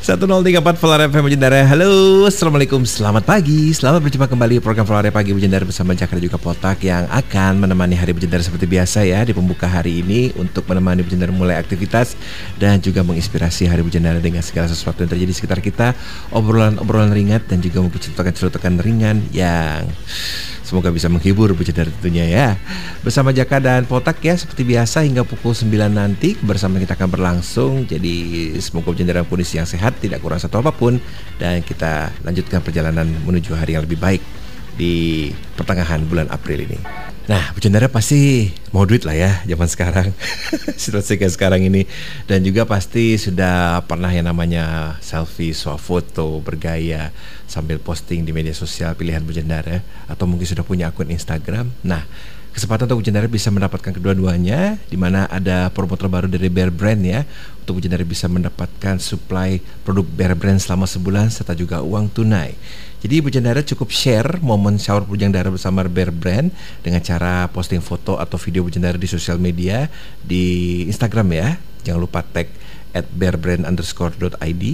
103.4 Volare FM Bujendara. Halo, assalamualaikum, selamat pagi. Selamat berjumpa kembali program Volare Pagi Bujendara bersama Jakar juga Potak yang akan menemani hari Bujendara seperti biasa ya di pembuka hari ini untuk menemani Bujendara mulai aktivitas dan juga menginspirasi hari Bujendara dengan segala sesuatu yang terjadi di sekitar kita, obrolan-obrolan ringan dan juga mungkin celutukan-celutukan ringan yang semoga bisa menghibur Bujendara tentunya ya. Bersama Jaka dan Potak ya seperti biasa hingga pukul 9 nanti bersama kita akan berlangsung. Jadi semoga Bujendara kondisi yang sehat, tidak kurang satu apapun, dan kita lanjutkan perjalanan menuju hari yang lebih baik di pertengahan bulan April ini. Nah, Bujendara pasti mau duit lah ya zaman sekarang, situasi kayak sekarang ini, dan juga pasti sudah pernah yang namanya selfie, swafoto, bergaya sambil posting di media sosial pilihan Bujendara, atau mungkin sudah punya akun Instagram. Nah, kesempatan untuk Bujendara bisa mendapatkan kedua-duanya, di mana ada promo terbaru dari Bear Brand ya, untuk Bujendara bisa mendapatkan supply produk Bear Brand selama sebulan serta juga uang tunai. Jadi Bujendara cukup share momen shower Bujendara bersama Bear Brand dengan cara posting foto atau video Bujendara di sosial media di Instagram ya. Jangan lupa tag @bearbrand_id.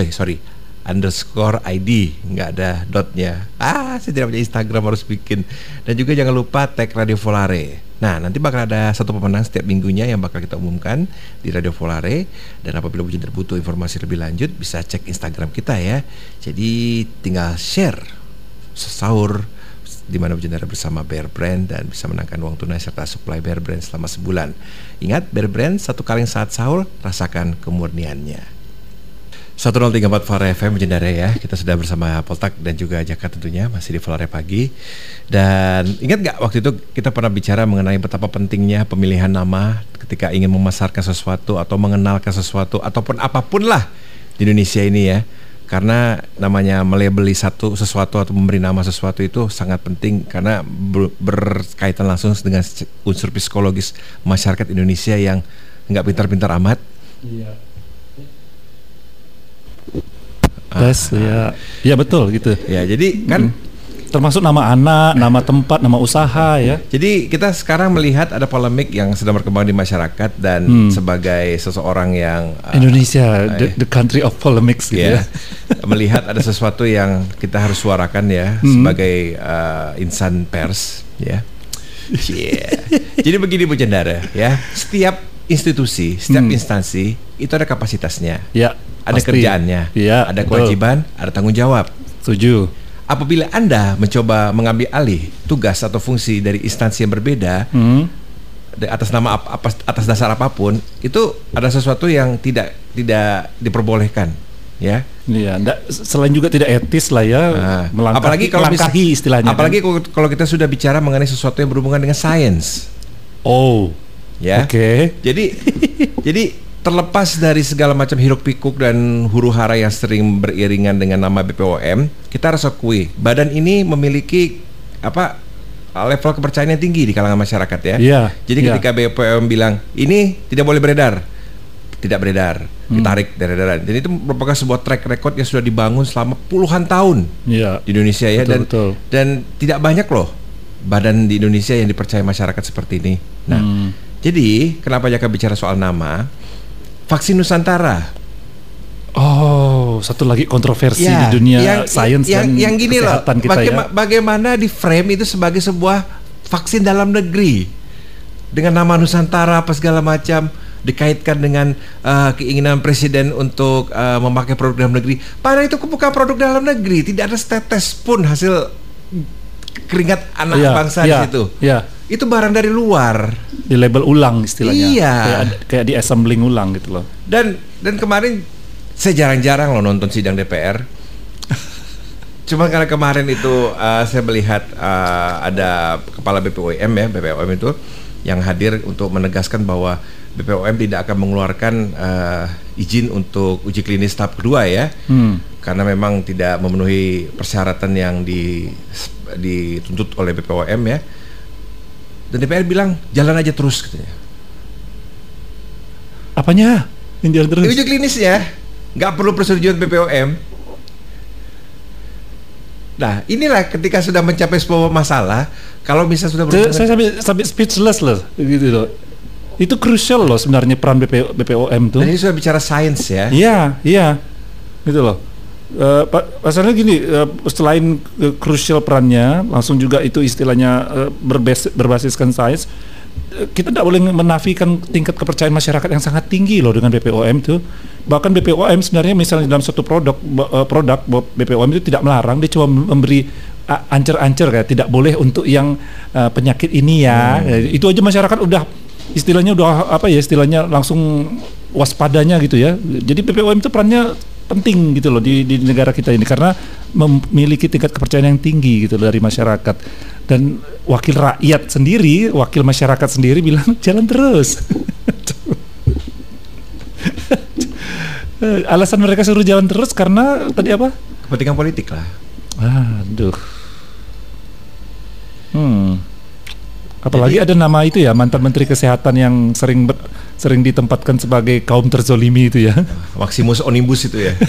_ID, nggak ada dotnya. Saya tidak punya Instagram, harus bikin. Dan juga jangan lupa tag Radio Volare. Nah, nanti bakal ada satu pemenang setiap minggunya yang bakal kita umumkan di Radio Volare. Dan apabila Bujendara butuh informasi lebih lanjut, bisa cek Instagram kita ya. Jadi tinggal share sahur di mana Bujendara bersama Bear Brand dan bisa menangkan uang tunai serta supply Bear Brand selama sebulan. Ingat, Bear Brand satu kaleng saat sahur, rasakan kemurniannya. 103.4 Volare FM Bujendara ya. Kita sudah bersama Poltak dan juga Jaka tentunya masih di Volare Pagi. Dan ingat gak waktu itu kita pernah bicara mengenai betapa pentingnya pemilihan nama ketika ingin memasarkan sesuatu atau mengenalkan sesuatu ataupun apapun lah di Indonesia ini ya. Karena namanya melabeli sesuatu atau memberi nama sesuatu itu sangat penting karena berkaitan langsung dengan unsur psikologis masyarakat Indonesia yang nggak pintar-pintar amat. Iya. Ya betul gitu. Ya jadi kan termasuk nama anak, nama tempat, nama usaha ya. Jadi kita sekarang melihat ada polemik yang sedang berkembang di masyarakat dan sebagai seseorang yang Indonesia the country of polemics gitu ya. Melihat ada sesuatu yang kita harus suarakan ya sebagai insan pers ya. Jadi begini Bujendara ya, setiap institusi, setiap instansi itu ada kapasitasnya. Ya. Ada pasti. Kerjaannya, ya, ada kewajiban, ada tanggung jawab. Setuju. Apabila Anda mencoba mengambil alih tugas atau fungsi dari instansi yang berbeda atas nama atas dasar apapun, itu ada sesuatu yang tidak diperbolehkan, ya. Iya, selain juga tidak etis lah ya. Apalagi kalau istilahnya. Apalagi kalau kita sudah bicara mengenai sesuatu yang berhubungan dengan sains. Oh, ya. Oke. Jadi terlepas dari segala macam hiruk pikuk dan huru hara yang sering beriringan dengan nama BPOM, kita harus akui badan ini memiliki level kepercayaan yang tinggi di kalangan masyarakat ya. Iya. Jadi ketika BPOM bilang ini tidak boleh beredar, tidak beredar, ditarik dari edaran. Dan itu merupakan sebuah track record yang sudah dibangun selama puluhan tahun di Indonesia ya. Dan tidak banyak loh badan di Indonesia yang dipercaya masyarakat seperti ini. Nah, jadi kenapa Jaka bicara soal nama? Vaksin Nusantara. Oh, satu lagi kontroversi di dunia sains dan yang gini loh, kita bagaimana di frame itu sebagai sebuah vaksin dalam negeri dengan nama Nusantara apa segala macam, dikaitkan dengan keinginan presiden untuk memakai produk dalam negeri. Padahal itu bukan produk dalam negeri, tidak ada setetes pun hasil keringat anak bangsa di situ. Itu barang dari luar, di label ulang istilahnya. Iya. Kayak di assembling ulang gitu loh. Dan kemarin saya jarang-jarang loh nonton sidang DPR. Cuma karena kemarin itu saya melihat ada kepala BPOM itu yang hadir untuk menegaskan bahwa BPOM tidak akan mengeluarkan izin untuk uji klinis tahap kedua ya. Karena memang tidak memenuhi persyaratan yang dituntut oleh BPOM ya. Dan DPR bilang jalan aja terus katanya. Apanya? Jalan terus? Uji klinisnya nggak perlu persetujuan BPOM. Nah, inilah ketika sudah mencapai sebuah masalah, kalau misalnya sudah berhubungan, saya sampai speechless loh, gitu loh. Itu krusial loh sebenarnya peran BPOM tuh. Dan ini sudah bicara sains ya. Iya. gitu loh. Pasalnya gini, selain krusial perannya, langsung juga itu istilahnya berbasiskan sains. Kita tidak boleh menafikan tingkat kepercayaan masyarakat yang sangat tinggi loh dengan BPOM itu. Bahkan BPOM sebenarnya misalnya dalam suatu produk BPOM itu tidak melarang, dia cuma memberi ancer-ancer kayak tidak boleh untuk yang penyakit ini ya. Itu aja masyarakat udah istilahnya langsung waspadanya gitu ya. Jadi BPOM itu perannya penting gitu loh di negara kita ini karena memiliki tingkat kepercayaan yang tinggi gitu dari masyarakat. Dan wakil rakyat sendiri, wakil masyarakat sendiri bilang jalan terus. Alasan mereka suruh jalan terus karena tadi apa? Kepentingan politik lah. Aduh. Apalagi ada nama itu ya, mantan Menteri Kesehatan yang sering ditempatkan sebagai kaum terzolimi itu ya. Maximus Onimbus itu ya.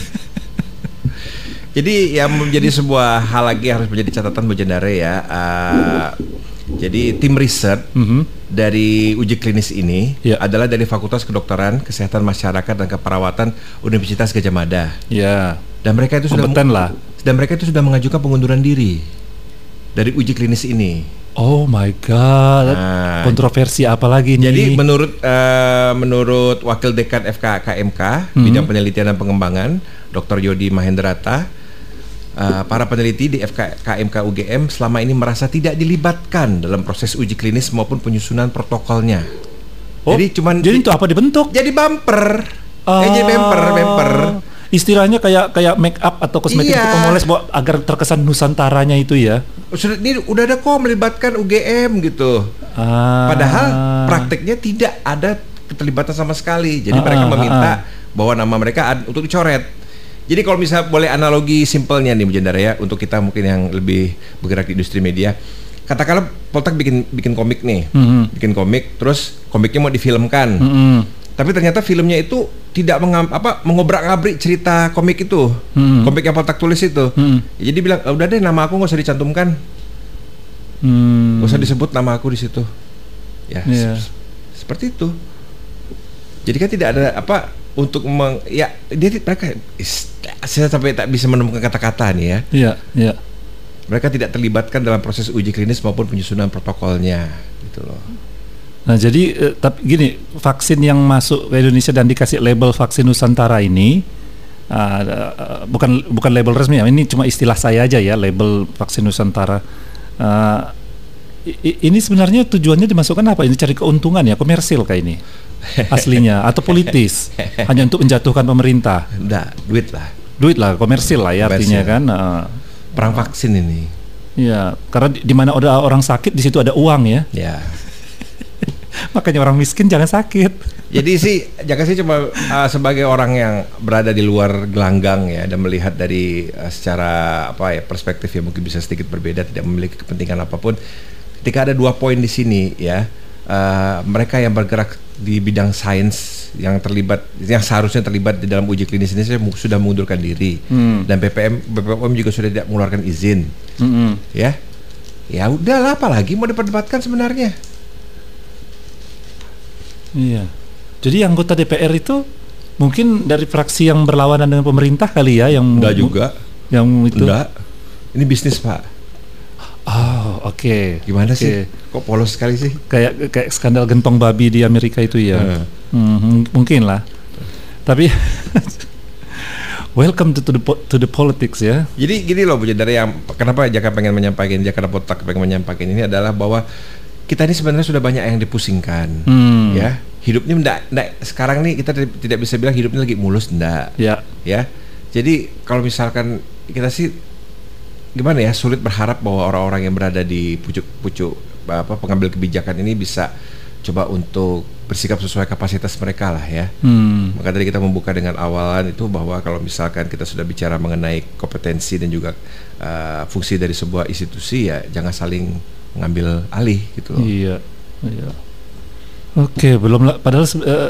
Jadi yang menjadi sebuah hal lagi harus menjadi catatan Bu Jendare ya. Jadi tim riset dari uji klinis ini adalah dari Fakultas Kedokteran, Kesehatan Masyarakat dan Keperawatan Universitas Gadjah Mada. Ya. Dan mereka itu sudah mengajukan pengunduran diri dari uji klinis ini. Oh my God, kontroversi apa lagi nih? Jadi menurut Wakil Dekan FKKMK bidang penelitian dan pengembangan, Dr. Yodi Mahendrata, para peneliti di FKKMK UGM selama ini merasa tidak dilibatkan dalam proses uji klinis maupun penyusunan protokolnya. Jadi itu apa dibentuk? Jadi bumper, jadi bumper. Istilahnya kayak make up atau kosmetik untuk pemoles agar terkesan nusantaranya itu ya. Ini udah ada kok melibatkan UGM gitu. Padahal prakteknya tidak ada keterlibatan sama sekali. Jadi mereka meminta bahwa nama mereka untuk dicoret. Jadi kalau misalnya boleh analogi simpelnya nih Bu Jendara ya, untuk kita mungkin yang lebih bergerak di industri media. Katakanlah Poltek bikin komik nih, bikin komik, terus komiknya mau difilmkan. Tapi ternyata filmnya itu tidak mengobrak-abrik cerita komik itu, komik yang Poltek tulis itu. Jadi bilang udah deh nama aku nggak usah dicantumkan, nggak usah disebut nama aku di situ. Ya, seperti itu. Jadi kan tidak ada untuk mereka saya sampai tak bisa menemukan kata-kata nih ya. Iya. Mereka tidak terlibatkan dalam proses uji klinis maupun penyusunan protokolnya, gitu loh. Nah jadi tapi gini, vaksin yang masuk ke Indonesia dan dikasih label vaksin Nusantara ini bukan label resmi ya, ini cuma istilah saya aja ya, label vaksin Nusantara. Ini sebenarnya tujuannya dimasukkan apa? Ini cari keuntungan ya, komersil kayak ini aslinya atau politis hanya untuk menjatuhkan pemerintah? Enggak, duit lah, komersil lah ya artinya kan. Perang vaksin ini. Iya, karena di mana ada orang sakit di situ ada uang ya. Ya. Makanya orang miskin jangan sakit. Jadi sih, Jaka sih cuma sebagai orang yang berada di luar gelanggang ya dan melihat dari secara perspektif yang mungkin bisa sedikit berbeda, tidak memiliki kepentingan apapun. Ketika ada 2 poin di sini ya, mereka yang bergerak di bidang sains yang seharusnya terlibat di dalam uji klinis ini sudah mengundurkan diri dan BPOM juga sudah tidak mengeluarkan izin. Ya udahlah, apalagi mau diperdebatkan sebenarnya. Iya. Jadi anggota DPR itu mungkin dari fraksi yang berlawanan dengan pemerintah kali ya, yang enggak juga. Yang itu. Enggak. Ini bisnis, Pak. Oh, oke. Gimana sih? Kok polos sekali sih? Kayak skandal gentong babi di Amerika itu ya. Mungkin lah. Tapi welcome to the politics ya. Jadi gini loh Bu Jendara, yang kenapa Jaka pengen menyampaikan, Jakarta Poltek pengen menyampaikan ini adalah bahwa kita ini sebenarnya sudah banyak yang dipusingkan, ya. Hidupnya enggak sekarang nih kita tidak bisa bilang hidupnya lagi mulus, enggak. Ya. Jadi kalau misalkan kita sih gimana ya, sulit berharap bahwa orang-orang yang berada di pucuk pengambil kebijakan ini bisa coba untuk bersikap sesuai kapasitas mereka lah ya. Maka tadi kita membuka dengan awalan itu bahwa kalau misalkan kita sudah bicara mengenai kompetensi dan juga fungsi dari sebuah institusi, ya jangan saling ngambil alih gitu loh. Iya. Oke, padahal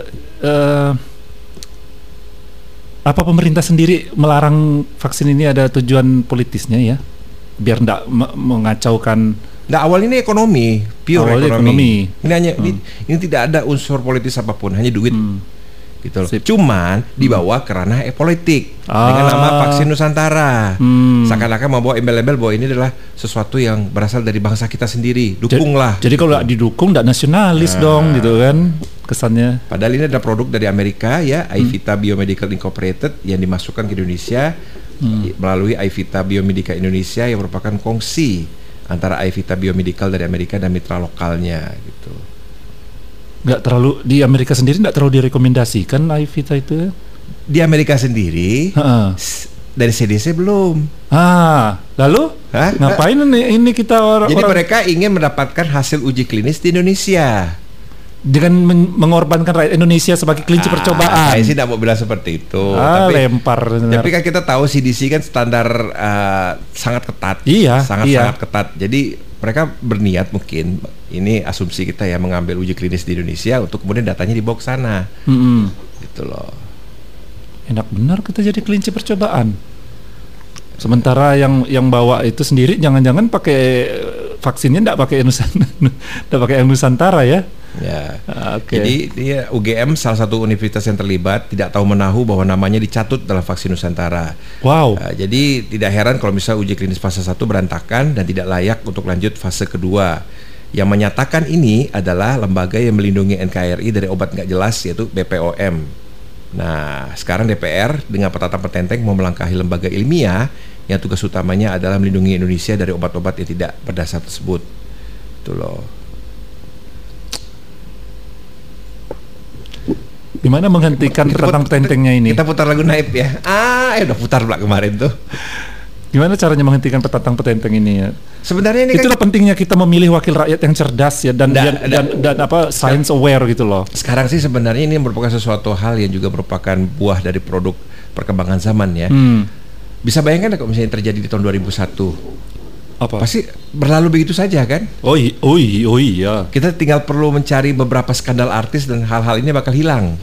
apa pemerintah sendiri melarang vaksin ini ada tujuan politisnya ya? Biar enggak mengacaukan. Nah, awal ini ekonomi, pure ekonomi. Ini hanya ini tidak ada unsur politis apapun, hanya duit. gitu loh. Cuman dibawa ke ranah politik dengan nama vaksin Nusantara. Seakan-akan membawa embel-embel bahwa ini adalah sesuatu yang berasal dari bangsa kita sendiri. Dukunglah. Jadi kalau nggak didukung, nggak nasionalis dong, gitu kan kesannya. Padahal ini adalah produk dari Amerika ya, iVita Biomedical Incorporated yang dimasukkan ke Indonesia melalui iVita Biomedica Indonesia yang merupakan kongsi antara iVita Biomedical dari Amerika dan mitra lokalnya gitu. Nggak terlalu di Amerika sendiri, nggak terlalu direkomendasikan iVita itu? Di Amerika sendiri dari CDC belum. Lalu ngapain ini kita Jadi mereka ingin mendapatkan hasil uji klinis di Indonesia dengan mengorbankan rakyat Indonesia sebagai kelinci percobaan. Saya sih tidak mau bilang seperti itu. Lempar. Tapi kan kita tahu CDC kan standar sangat ketat. Sangat ketat. Jadi mereka berniat mungkin, ini asumsi kita ya, mengambil uji klinis di Indonesia untuk kemudian datanya dibawa ke sana. Gitu loh. Enak benar kita jadi kelinci percobaan. Sementara yang bawa itu sendiri jangan-jangan pakai vaksinnya enggak pakai Nusantara ya. Ya. Jadi dia UGM salah satu universitas yang terlibat tidak tahu menahu bahwa namanya dicatut dalam vaksin Nusantara. Wow. Jadi tidak heran kalau misalnya uji klinis fase 1 berantakan dan tidak layak untuk lanjut fase kedua. Yang menyatakan ini adalah lembaga yang melindungi NKRI dari obat nggak jelas, yaitu BPOM. Nah, sekarang DPR dengan petata petenteng mau melangkahi lembaga ilmiah yang tugas utamanya adalah melindungi Indonesia dari obat-obat yang tidak berdasar tersebut. Itu loh. Gimana menghentikan petang petentengnya ini? Kita putar lagu Naib ya. Udah putar pula kemarin tuh. Gimana caranya menghentikan petang petenteng ini ya? Sebenarnya ini itulah pentingnya kita memilih wakil rakyat yang cerdas ya dan apa science aware gitu loh. Sekarang sih sebenarnya ini merupakan sesuatu hal yang juga merupakan buah dari produk perkembangan zaman ya. Bisa bayangkan kalau misalnya terjadi di tahun 2001. Apa? Pasti berlalu begitu saja kan? Oh iya. Kita tinggal perlu mencari beberapa skandal artis dan hal-hal ini bakal hilang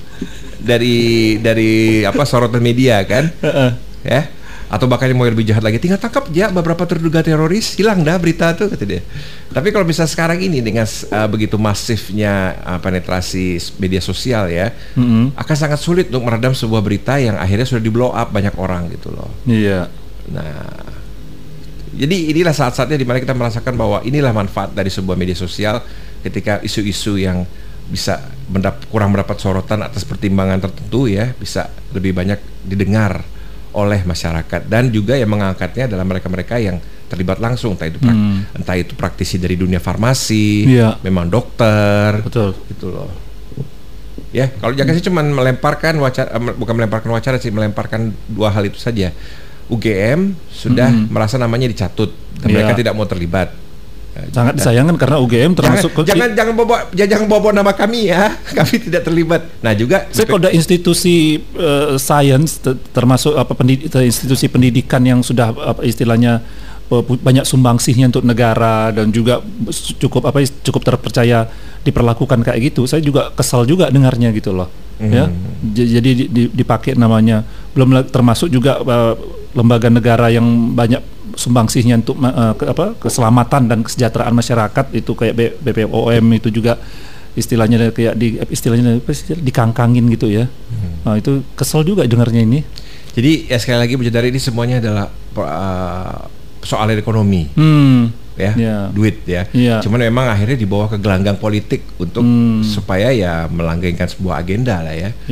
dari apa sorotan media kan? Ya. Atau bahkan yang mau lebih jahat lagi, tinggal tangkap ya beberapa terduga teroris, hilang dah berita tuh kata dia. Tapi kalau misalnya sekarang ini dengan begitu masifnya penetrasi media sosial ya, akan sangat sulit untuk meredam sebuah berita yang akhirnya sudah di blow up banyak orang gitu loh. Iya. Nah, jadi inilah saat-saatnya dimana kita merasakan bahwa inilah manfaat dari sebuah media sosial ketika isu-isu yang bisa kurang mendapat sorotan atas pertimbangan tertentu ya bisa lebih banyak didengar oleh masyarakat, dan juga yang mengangkatnya adalah mereka-mereka yang terlibat langsung, entah itu praktisi dari dunia farmasi, memang dokter, betul, gitu loh. Ya, kalau jangan sih cuma melemparkan wacana, bukan melemparkan wacana sih, melemparkan dua hal itu saja. UGM sudah merasa namanya dicatut dan mereka tidak mau terlibat. Sangat disayangkan karena UGM termasuk jangan bawa nama kami ya, kami tidak terlibat. Nah juga kalau ada institusi sains termasuk institusi pendidikan yang sudah istilahnya banyak sumbangsihnya untuk negara dan juga cukup terpercaya diperlakukan kayak gitu, saya juga kesal juga dengarnya gitu loh. Ya, jadi dipakai namanya, belum termasuk juga lembaga negara yang banyak sumbangsihnya untuk keselamatan dan kesejahteraan masyarakat itu kayak BPOM itu juga istilahnya kayak dikangkangin gitu ya. Nah, itu kesel juga dengarnya ini. Jadi ya sekali lagi Bujandari, ini semuanya adalah soal ekonomi. Duit ya. Cuman memang akhirnya dibawa ke gelanggang politik untuk supaya ya melanggengkan sebuah agenda lah ya.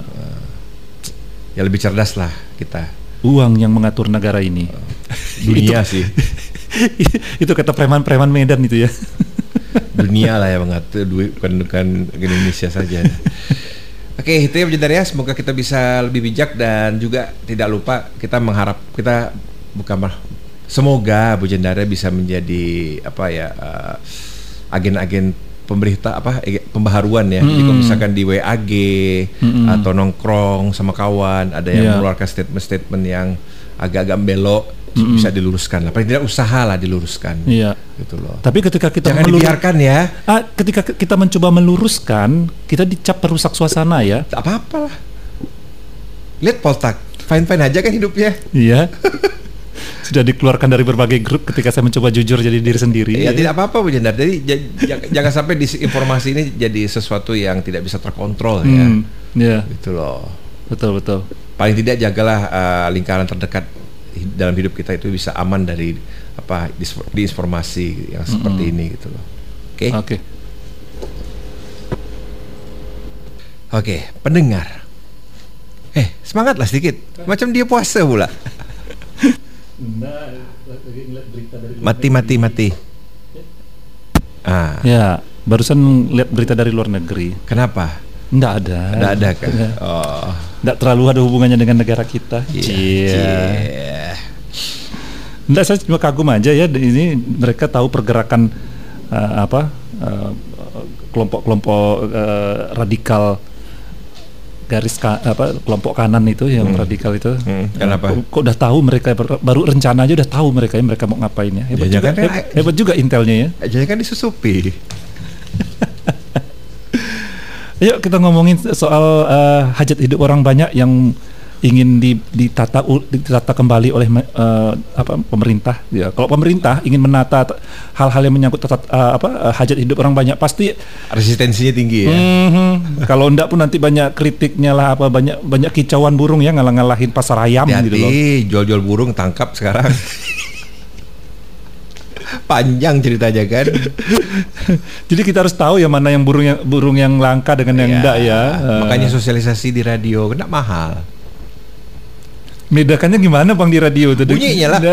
Ya lebih cerdas lah kita. Uang yang mengatur negara ini. Dunia sih. Itu kata preman-preman Medan itu ya. Dunia lah yang mengatur duit, bukan Indonesia saja. Oke, itu ya Bujandari, semoga kita bisa lebih bijak dan juga tidak lupa semoga Bujandari bisa menjadi agen-agen pembaharuan ya. Jadi kalau misalkan di WAG atau nongkrong sama kawan ada yang mengeluarkan statement-statement yang agak-agak belok, bisa diluruskan lah. Paling tidak usaha lah diluruskan. Gitu loh. Tapi ketika kita jangan dibiarkan ya. Ketika kita mencoba meluruskan, kita dicap perusak suasana ya. Tak apa-apa lah. Lihat Poltak, fine-fine aja kan hidupnya. Iya. Sudah dikeluarkan dari berbagai grup ketika saya mencoba jujur jadi diri sendiri. Ya tidak apa-apa Bu Jandar. Jadi jangan sampai informasi ini jadi sesuatu yang tidak bisa terkontrol ya. Ya, Gitu loh. betul. Paling tidak jagalah lingkaran terdekat dalam hidup kita itu bisa aman dari disinformasi yang seperti ini gitu loh. Oke. Oke, pendengar. Semangatlah sedikit. Macam dia puasa pula. Mati. Ya, barusan lihat berita dari luar negeri. Kenapa? Nggak ada. Nggak ada kan? Ya. Oh. Nggak terlalu ada hubungannya dengan negara kita. Nggak, saya cuma kagum aja ya. Ini mereka tahu pergerakan kelompok-kelompok radikal kelompok kanan itu yang radikal itu. Kenapa? Kok udah tahu mereka baru rencana aja udah tahu mereka mau ngapain ya. Hebat juga intelnya ya. Jadi kan disusupi. Yuk kita ngomongin soal hajat hidup orang banyak yang ingin ditata kembali oleh pemerintah. Ya, kalau pemerintah ingin menata hal-hal yang menyangkut hajat hidup orang banyak, pasti resistensinya tinggi ya. Kalau enggak pun nanti banyak kritiknya lah, banyak kicauan burung ya, ngalah-ngalahin pasar ayam gitu loh. Jual-jual burung tangkap sekarang. Panjang ceritanya kan. Jadi kita harus tahu ya mana yang burung yang langka dengan yang enggak ya. Makanya sosialisasi di radio kena mahal. Bedakannya gimana Bang di radio tuh? Bunyinya lah.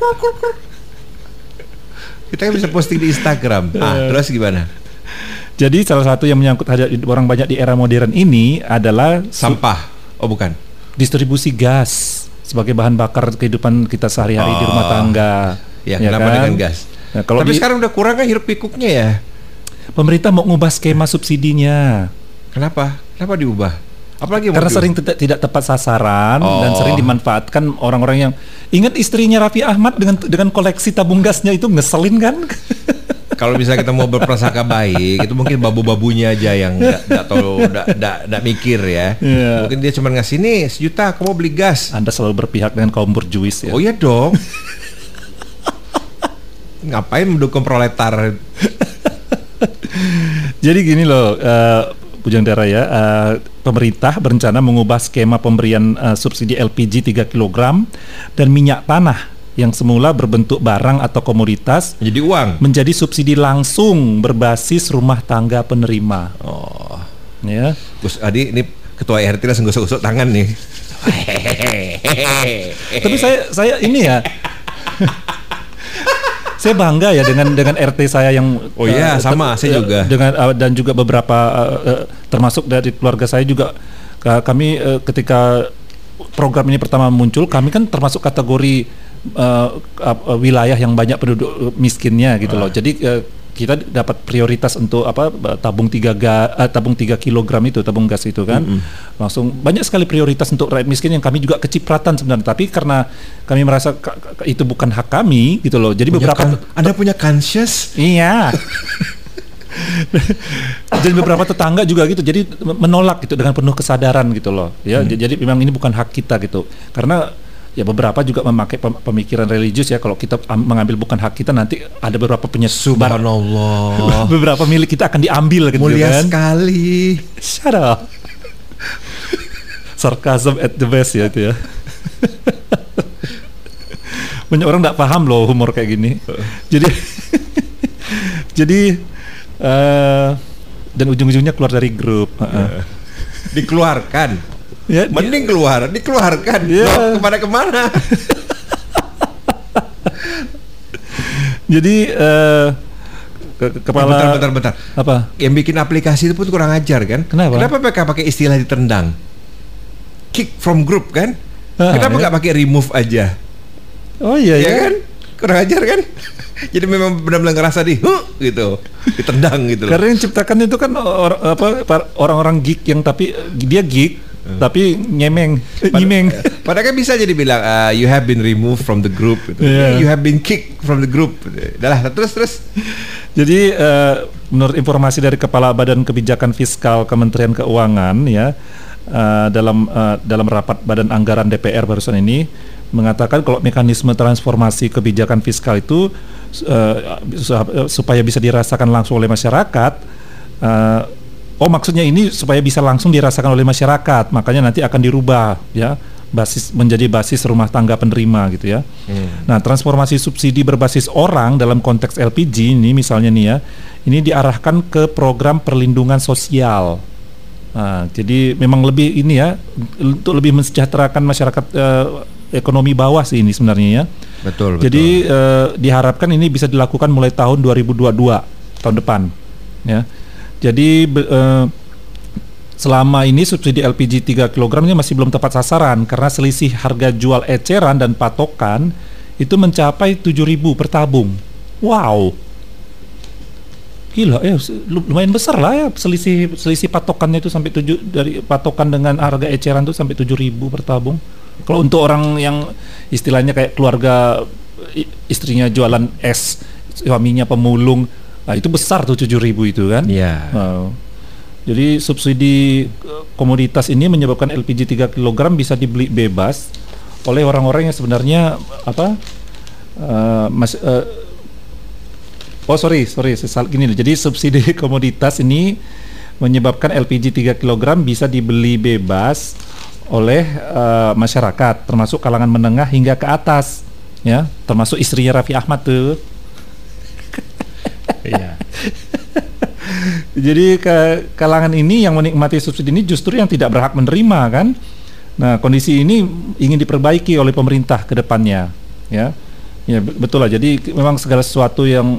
Kita kan bisa posting di Instagram. Terus gimana? Jadi salah satu yang menyangkut hajat hidup orang banyak di era modern ini adalah sampah. Oh bukan. Distribusi gas sebagai bahan bakar kehidupan kita sehari-hari di rumah tangga. Ya kenapa kan? dengan gas? Nah, tapi sekarang udah kurang kan hiruk pikuknya ya. Pemerintah mau ngubah skema subsidinya. Kenapa? Kenapa diubah? Apalagi karena sering tidak tepat sasaran dan sering dimanfaatkan orang-orang yang ingat istrinya Raffi Ahmad dengan koleksi tabung gasnya itu ngeselin kan? Kalau misalnya kita mau berprasangka baik, itu mungkin babu-babunya aja yang nggak mikir ya. Mungkin dia cuma ngasih nih 1 juta, kamu beli gas. Anda selalu berpihak dengan kaum borjuis ya. Oh iya dong. Ngapain mendukung proletar? Jadi gini loh, Bujang Dara ya, pemerintah berencana mengubah skema pemberian subsidi LPG 3 kg dan minyak tanah yang semula berbentuk barang atau komoditas menjadi uang, menjadi subsidi langsung berbasis rumah tangga penerima. Oh, ya. Gus Adi ini ketua RT langsung gosok-gosok tangan nih. Tapi saya ini ya. Saya bangga ya dengan RT saya yang sama saya juga dengan dan juga beberapa termasuk dari keluarga saya juga kami ketika program ini pertama muncul kami kan termasuk kategori wilayah yang banyak penduduk miskinnya gitu loh. Jadi kita dapat prioritas untuk tabung 3 kg itu tabung gas itu kan. Langsung banyak sekali prioritas untuk rakyat miskin yang kami juga kecipratan sebenarnya, tapi karena kami merasa itu bukan hak kami gitu loh. Jadi Anda punya conscious? Iya. Jadi beberapa tetangga juga gitu, jadi menolak gitu dengan penuh kesadaran gitu loh ya. Jadi memang ini bukan hak kita gitu, karena ya beberapa juga memakai pemikiran religius ya, kalau kita mengambil bukan hak kita nanti ada beberapa penyebar. Subhanallah. Beberapa milik kita akan diambil gitu. Mulia kan. Sekali. Shut up. Sarcasm at the best ya itu ya. Banyak orang nggak paham loh humor kayak gini. Jadi dan ujung-ujungnya keluar dari grup. Dikeluarkan. Ya, mending dikeluarkan. Ya. Kemana-kemana. Jadi kepala bentar. Apa? Yang bikin aplikasi itu pun kurang ajar kan? Kenapa mereka pakai istilah ditendang? Kick from group kan? Kenapa nggak pakai remove aja? Oh iya ya kan? Kurang ajar kan? Jadi memang benar-benar ngerasa gitu, ditendang gitu. Karena yang ciptakan itu kan orang-orang geek yang tapi dia geek tapi nyimeng. Padahal kan bisa jadi bilang you have been removed from the group gitu. You have been kicked from the group. Udahlah, terus. Jadi menurut informasi dari Kepala Badan Kebijakan Fiskal Kementerian Keuangan ya, dalam rapat Badan Anggaran DPR barusan ini mengatakan kalau mekanisme transformasi kebijakan fiskal itu supaya bisa dirasakan langsung oleh masyarakat, Oh, maksudnya ini supaya bisa langsung dirasakan oleh masyarakat, makanya nanti akan dirubah ya, menjadi basis rumah tangga penerima gitu ya. Nah, transformasi subsidi berbasis orang dalam konteks LPG ini misalnya nih ya, ini diarahkan ke program perlindungan sosial. Nah, jadi memang lebih ini ya, untuk lebih mensejahterakan masyarakat ekonomi bawah sih ini sebenarnya ya. Betul. Jadi diharapkan ini bisa dilakukan mulai tahun 2022, tahun depan ya. Jadi selama ini subsidi LPG 3 kg ini masih belum tepat sasaran karena selisih harga jual eceran dan patokan itu mencapai 7.000 per tabung. Wow. Gila ya, lumayan besar lah ya selisih patokannya itu sampai 7, dari patokan dengan harga eceran itu sampai 7.000 per tabung. Kalau untuk orang yang istilahnya kayak keluarga istrinya jualan es, suaminya pemulung, nah itu besar tuh 7.000 itu kan. Iya. Wow. Jadi subsidi komoditas ini menyebabkan LPG 3 kg bisa dibeli bebas oleh orang-orang yang sebenarnya gini. Jadi subsidi komoditas ini menyebabkan LPG 3 kg bisa dibeli bebas oleh masyarakat, termasuk kalangan menengah hingga ke atas, ya, termasuk istrinya Raffi Ahmad tuh. Iya. Jadi kalangan ini yang menikmati subsidi ini justru yang tidak berhak menerima kan. Nah, kondisi ini ingin diperbaiki oleh pemerintah ke depannya, ya. Ya betul lah. Jadi memang segala sesuatu yang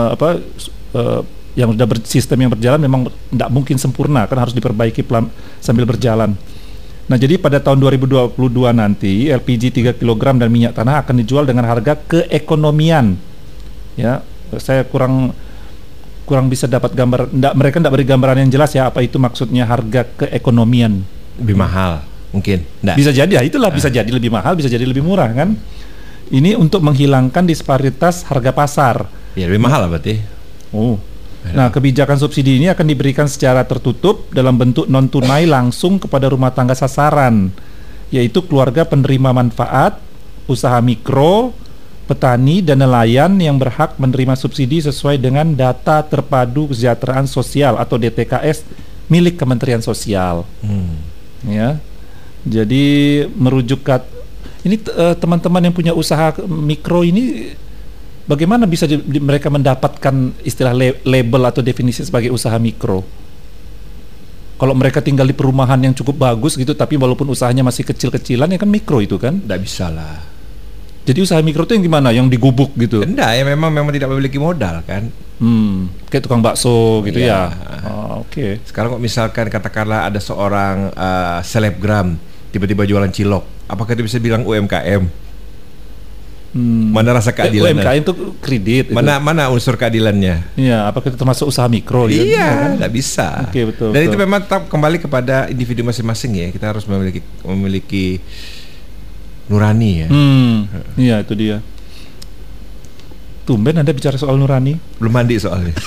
yang sudah sistem yang berjalan memang tidak mungkin sempurna, kan harus diperbaiki sambil berjalan. Nah, jadi pada tahun 2022 nanti LPG 3 kg dan minyak tanah akan dijual dengan harga keekonomian. Ya, saya kurang bisa dapat gambar. Mereka tidak beri gambaran yang jelas ya apa itu maksudnya harga keekonomian. Lebih mahal mungkin. Nggak. Bisa jadi ya, itulah bisa jadi lebih mahal, bisa jadi lebih murah kan. Ini untuk menghilangkan disparitas harga pasar. Ya lebih mahal lah berarti. Oh. Nah, kebijakan subsidi ini akan diberikan secara tertutup dalam bentuk non tunai langsung kepada rumah tangga sasaran, yaitu keluarga penerima manfaat, usaha mikro, petani dan nelayan yang berhak menerima subsidi sesuai dengan data terpadu kesejahteraan sosial atau DTKS milik Kementerian Sosial. Ya. Jadi merujuk ke ini teman-teman yang punya usaha mikro ini bagaimana bisa mereka mendapatkan istilah label atau definisi sebagai usaha mikro? Kalau mereka tinggal di perumahan yang cukup bagus gitu, tapi walaupun usahanya masih kecil-kecilan, ya kan mikro itu kan? Nggak bisa lah. Jadi usaha mikro itu yang gimana? Yang digubuk gitu? Enggak, ya memang tidak memiliki modal kan? Kayak tukang bakso gitu ya? Oke. Sekarang kok misalkan katakanlah ada seorang selebgram tiba-tiba jualan cilok, apakah dia bisa bilang UMKM? Mana rasa keadilan? UMKM itu kredit. Mana unsur keadilannya? Iya, apakah itu termasuk usaha mikro? Iya, nggak bisa. Oke, betul. Dan itu memang tetap kembali kepada individu masing-masing ya. Kita harus memiliki nurani ya. Iya, itu dia. Tumben Anda bicara soal nurani. Belum mandi soalnya.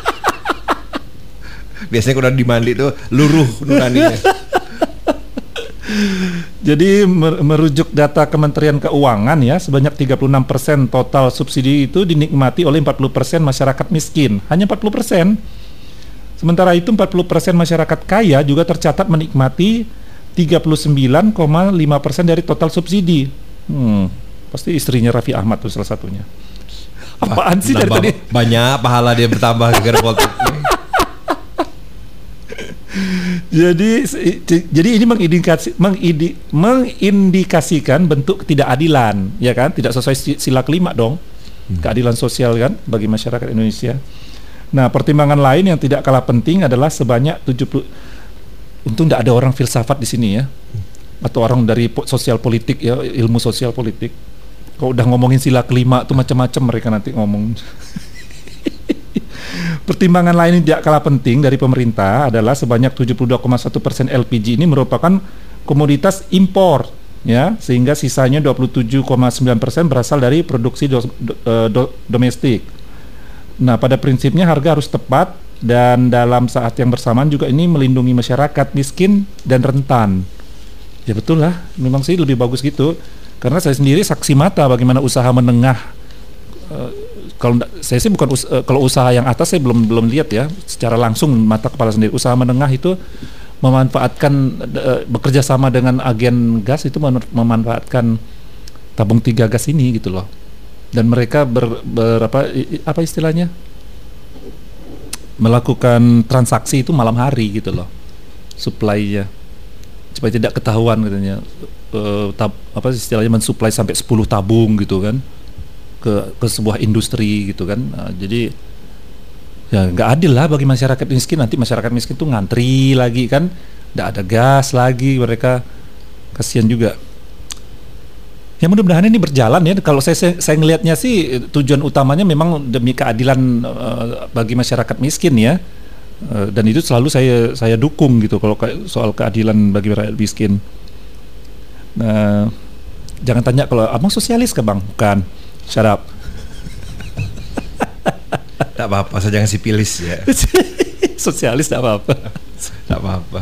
Biasanya kalau udah dimandi tuh luruh nuraninya. Jadi merujuk data Kementerian Keuangan ya, sebanyak 36% total subsidi itu dinikmati oleh 40% masyarakat miskin. Hanya 40%. Sementara itu 40% masyarakat kaya juga tercatat menikmati 39,5% dari total subsidi. Pasti istrinya Raffi Ahmad tuh salah satunya. Apaan sih dari tadi? Banyak pahala dia bertambah gara-gara politik. Jadi ini mengindikasikan bentuk ketidakadilan, ya kan? Tidak sesuai sila kelima dong, keadilan sosial kan bagi masyarakat Indonesia. Nah, pertimbangan lain yang tidak kalah penting adalah sebanyak 70. Untung tidak ada orang filsafat di sini ya, atau orang dari sosial politik ya, ilmu sosial politik. Kalau udah ngomongin sila kelima tuh macam-macam mereka nanti ngomong. Pertimbangan lain yang tidak kalah penting dari pemerintah adalah sebanyak 72,1% LPG ini merupakan komoditas impor, ya, sehingga sisanya 27,9% berasal dari produksi domestik. Nah, pada prinsipnya harga harus tepat dan dalam saat yang bersamaan juga ini melindungi masyarakat miskin dan rentan. Ya betul lah, memang sih lebih bagus gitu. Karena saya sendiri saksi mata bagaimana usaha menengah saya sih bukan kalau usaha yang atas saya belum lihat ya secara langsung mata kepala sendiri. Usaha menengah itu memanfaatkan bekerja sama dengan agen gas itu memanfaatkan tabung 3 gas ini gitu loh. Dan mereka apa istilahnya? Melakukan transaksi itu malam hari gitu loh. Supply-nya supaya tidak ketahuan katanya. Istilahnya mensuplai sampai 10 tabung gitu kan ke sebuah industri gitu kan. Jadi ya nggak adil lah bagi masyarakat miskin, nanti masyarakat miskin tuh ngantri lagi kan, nggak ada gas lagi, mereka kasihan juga. Ya mudah-mudahan ini berjalan ya. Kalau saya ngelihatnya sih tujuan utamanya memang demi keadilan bagi masyarakat miskin ya. Dan itu selalu saya dukung gitu kalau soal keadilan bagi rakyat miskin. Nah, jangan tanya kalau abang sosialis ke bang, bukan. Shut up. Tak apa-apa, saya jangan sipilis ya. Sosialis tak apa-apa. Tak apa-apa.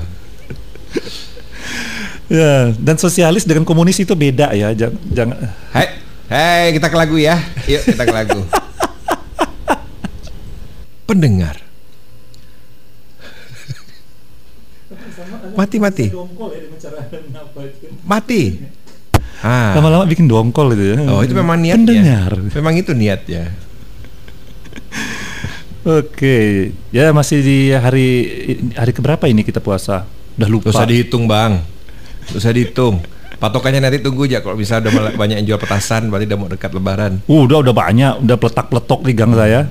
Ya, dan sosialis dengan komunis itu beda ya. Jangan. Hai, kita ke lagu ya. Yuk kita ke lagu. Pendengar. Mati. Lama-lama bikin dongkol itu ya. Oh, itu memang niatnya. Pendengar. Memang itu niatnya. Oke, ya masih di hari keberapa ini kita puasa? Udah lupa. Usah dihitung bang, usah dihitung. Patokannya nanti tunggu aja kalau bisa udah banyak yang jual petasan, berarti udah mau dekat Lebaran. Udah banyak, udah peletak-peletok di gang saya.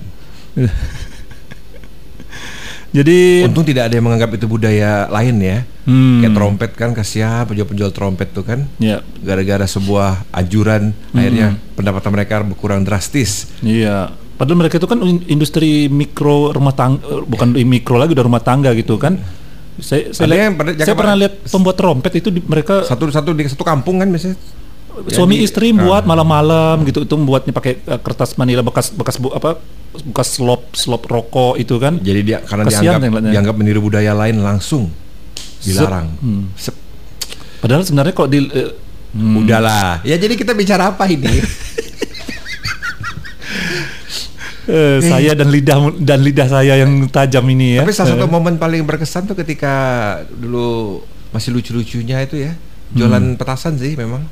Jadi untung tidak ada yang menganggap itu budaya lain ya. Kayak trompet kan, kasihan penjual-penjual trompet tuh kan. Yeah. Gara-gara sebuah anjuran akhirnya pendapatan mereka berkurang drastis. Iya. Padahal mereka itu kan industri mikro rumah tangga, bukan mikro lagi, udah rumah tangga gitu kan. Saya pernah lihat pembuat trompet itu mereka satu di satu kampung kan biasanya. Suami istri buat malam-malam gitu, itu membuatnya pakai kertas manila bekas slop rokok itu kan. Jadi karena dianggap meniru budaya lain langsung dilarang. Padahal sebenarnya kok udahlah. Ya jadi kita bicara apa ini? Saya dan lidah saya yang tajam ini ya. Tapi salah satu momen paling berkesan tuh ketika dulu masih lucu-lucunya itu ya, jualan petasan sih memang.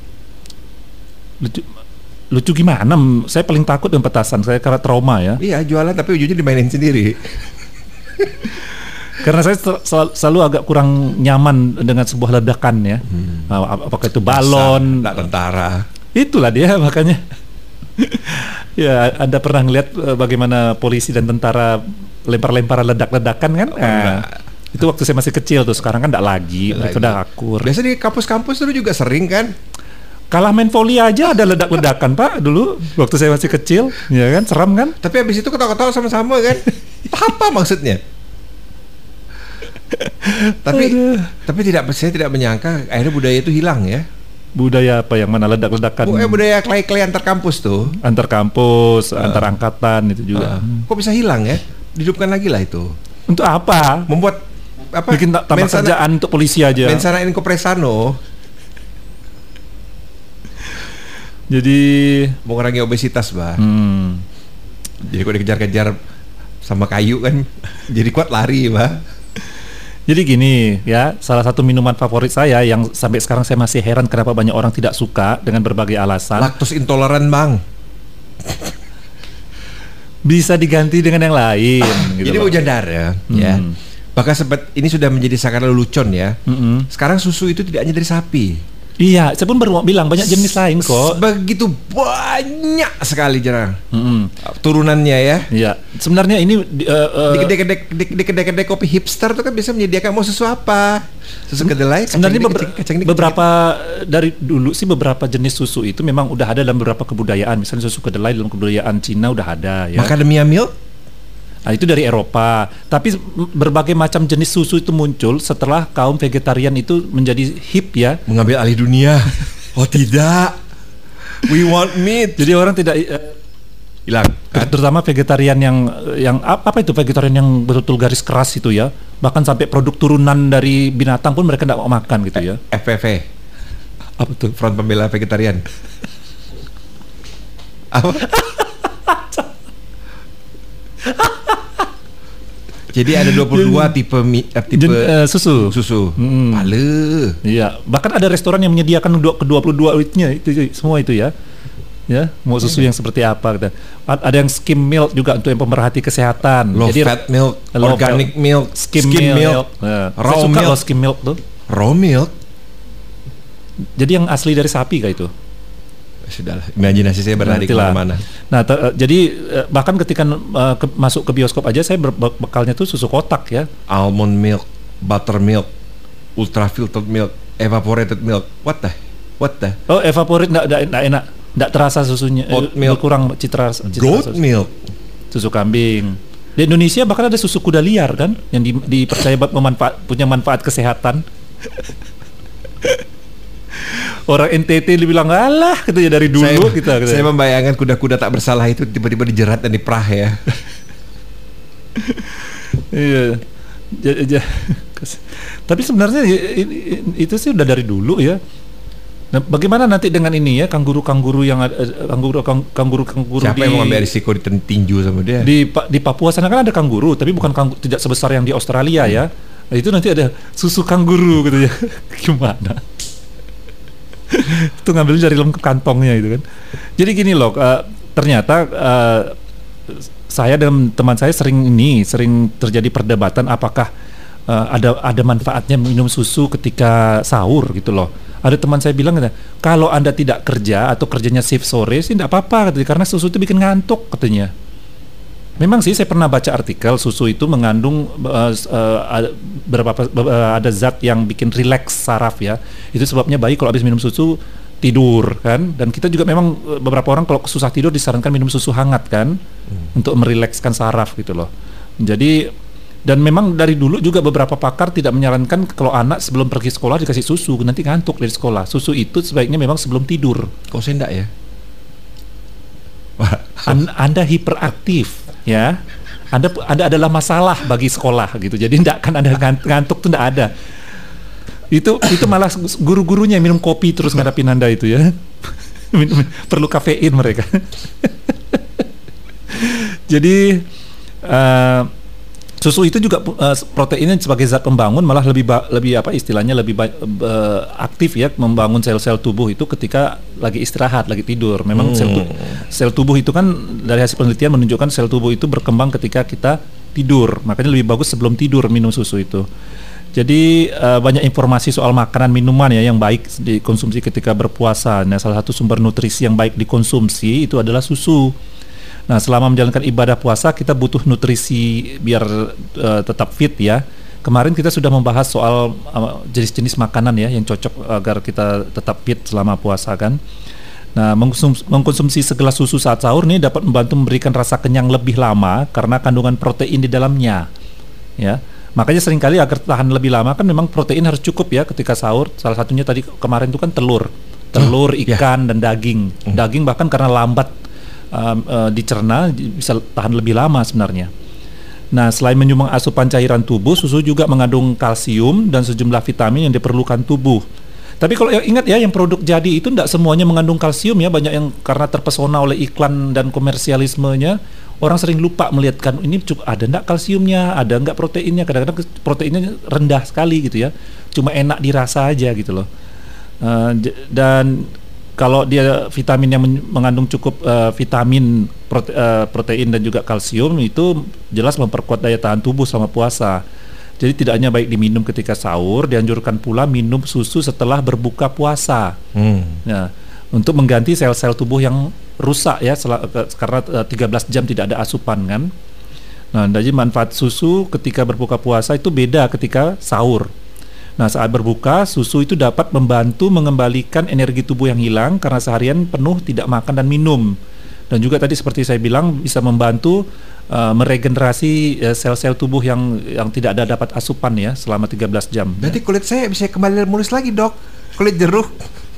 Lucu gimana? Saya paling takut dengan petasan, saya karena trauma ya. Iya, jualan tapi ujungnya dimainin sendiri. Karena saya selalu agak kurang nyaman dengan sebuah ledakan ya. Apakah itu balon, tentara. Itulah dia makanya. Ya, Anda pernah ngeliat bagaimana polisi dan tentara lempar-lemparan ledak-ledakan kan? Itu waktu saya masih kecil tuh, sekarang kan enggak lagi, mereka udah akur. Biasa di kampus-kampus dulu juga sering kan? Kalah main voli aja ada ledak-ledakan Pak dulu waktu saya masih kecil, ya kan, seram kan? Tapi habis itu ketawa-ketawa sama-sama kan? Apa maksudnya? tapi saya tidak menyangka akhirnya budaya itu hilang ya. Budaya apa yang mana ledak-ledakan? Budaya klay-klay antar kampus tuh. Antar kampus, antar angkatan itu juga. Kok bisa hilang ya? Dihidupkan lagi lah itu. Untuk apa? Membuat apa? Bikin tambah kerjaan untuk polisi aja. Mensana in compresano. Jadi mengurangi obesitas, Bah. Jadi kalau dikejar-kejar sama kayu kan jadi kuat lari, Bah. Jadi gini ya, salah satu minuman favorit saya yang sampai sekarang saya masih heran kenapa banyak orang tidak suka dengan berbagai alasan. Laktos intoleran, Bang. Bisa diganti dengan yang lain. Gitu. Jadi Bujandar ya. Bahkan sempat ini sudah menjadi sangat lelucon ya. Sekarang susu itu tidak hanya dari sapi. Iya, saya pun baru mau bilang banyak jenis lain kok. Begitu banyak sekali jarang turunannya ya. Iya, sebenarnya ini di kedai-kedai kopi hipster tuh kan bisa menyediakan mau susu apa, susu kedelai. Sebenarnya beberapa dari dulu sih beberapa jenis susu itu memang udah ada dalam beberapa kebudayaan. Misalnya susu kedelai dalam kebudayaan Cina udah ada ya. Macadamia milk. Nah, itu dari Eropa. Tapi berbagai macam jenis susu itu muncul setelah kaum vegetarian itu menjadi hip ya. Mengambil alih dunia. Oh tidak. We want meat. Jadi orang tidak hilang. Terutama vegetarian yang apa itu vegetarian yang betul-betul garis keras itu ya. Bahkan sampai produk turunan dari binatang pun mereka tidak mau makan gitu ya. FPV. Apa tuh? Front Pembela Vegetarian. Apa? Jadi ada 22 tipe susu. Pale. Iya, bahkan ada restoran yang menyediakan ke 22 witnya itu semua itu ya. Ya, mau susu yang seperti apa gitu. Ada yang skim milk juga untuk yang pemerhati kesehatan. Low Jadi fat milk, organic milk, skim milk. Raw Saya suka milk. loh skim milk tuh. Raw milk. Jadi yang asli dari sapi kayak itu. Sudahlah, imajinasi saya berlari kemana-mana. Nah, jadi bahkan ketika masuk ke bioskop aja saya bekalnya tuh susu kotak ya. Almond milk, buttermilk, ultra filtered milk, evaporated milk. What the? Oh, evaporate enggak enak. Enggak terasa susunya. Oat milk. Kurang citra Goat susu. milk. Susu kambing. Di Indonesia bahkan ada susu kuda liar kan yang dipercaya punya manfaat kesehatan. Orang NTT dibilang alah gitu ya dari dulu kita. Saya membayangkan kuda-kuda tak bersalah itu tiba-tiba dijerat dan diperah ya. Iya. Tapi sebenarnya itu sih udah dari dulu ya. Nah, bagaimana nanti dengan ini ya kanguru-kanguru yang ada kanguru siapa yang mau ambil risiko ditinju sama dia? Di Papua sana kan ada kanguru, tapi bukan tidak sebesar yang di Australia ya. Nah, itu nanti ada susu kanguru gitu ya. Gimana? Itu ngambil dari dalam kantongnya gitu kan. Jadi gini loh, ternyata saya dan teman saya sering terjadi perdebatan apakah ada manfaatnya minum susu ketika sahur gitu loh. Ada teman saya bilang kalau Anda tidak kerja atau kerjanya shift sore sih tidak apa-apa katanya, karena susu itu bikin ngantuk katanya. Memang sih saya pernah baca artikel susu itu mengandung ada zat yang bikin rileks saraf ya. Itu sebabnya baik kalau habis minum susu tidur kan. Dan kita juga memang beberapa orang kalau susah tidur disarankan minum susu hangat kan untuk merilekskan saraf gitu loh. Jadi dan memang dari dulu juga beberapa pakar tidak menyarankan kalau anak sebelum pergi sekolah dikasih susu nanti ngantuk dari sekolah. Susu itu sebaiknya memang sebelum tidur. Kok saya enggak ya? Anda hiperaktif ya. Anda adalah masalah bagi sekolah gitu. Jadi enggak kan Anda ngantuk tuh enggak ada. Itu malah guru-gurunya minum kopi terus ngadapin Anda itu ya. Perlu kafein mereka. Jadi susu itu juga proteinnya sebagai zat pembangun malah lebih apa istilahnya lebih aktif ya membangun sel-sel tubuh itu ketika lagi istirahat, lagi tidur. Memang sel tubuh itu kan dari hasil penelitian menunjukkan sel tubuh itu berkembang ketika kita tidur. Makanya lebih bagus sebelum tidur minum susu itu. Jadi banyak informasi soal makanan minuman ya yang baik dikonsumsi ketika berpuasa. Nah, salah satu sumber nutrisi yang baik dikonsumsi itu adalah susu. Nah, selama menjalankan ibadah puasa kita butuh nutrisi biar tetap fit ya. Kemarin kita sudah membahas soal jenis-jenis makanan ya yang cocok agar kita tetap fit selama puasa kan. Nah, mengkonsumsi segelas susu saat sahur nih dapat membantu memberikan rasa kenyang lebih lama karena kandungan protein di dalamnya. Ya. Makanya seringkali agar tahan lebih lama kan memang protein harus cukup ya ketika sahur. Salah satunya tadi kemarin itu kan telur, ikan dan daging. Daging bahkan karena lambat dicerna bisa tahan lebih lama sebenarnya. Nah, selain menyumbang asupan cairan tubuh, susu juga mengandung kalsium dan sejumlah vitamin yang diperlukan tubuh. Tapi kalau ingat ya, yang produk jadi itu tidak semuanya mengandung kalsium ya. Banyak yang karena terpesona oleh iklan dan komersialismenya, orang sering lupa melihatkan ini ada enggak kalsiumnya, ada enggak proteinnya. Kadang-kadang proteinnya rendah sekali gitu ya, cuma enak dirasa aja gitu loh. Dan kalau dia vitamin yang mengandung cukup vitamin, protein dan juga kalsium itu jelas memperkuat daya tahan tubuh selama puasa. Jadi tidak hanya baik diminum ketika sahur, dianjurkan pula minum susu setelah berbuka puasa. Nah, untuk mengganti sel-sel tubuh yang rusak ya karena 13 jam tidak ada asupan kan. Nah, jadi manfaat susu ketika berbuka puasa itu beda ketika sahur. Nah, saat berbuka, susu itu dapat membantu mengembalikan energi tubuh yang hilang karena seharian penuh tidak makan dan minum. Dan juga tadi seperti saya bilang bisa membantu meregenerasi sel-sel tubuh yang tidak ada dapat asupan ya selama 13 jam. Berarti kulit saya bisa kembali mulus lagi, Dok. Kulit jeruk.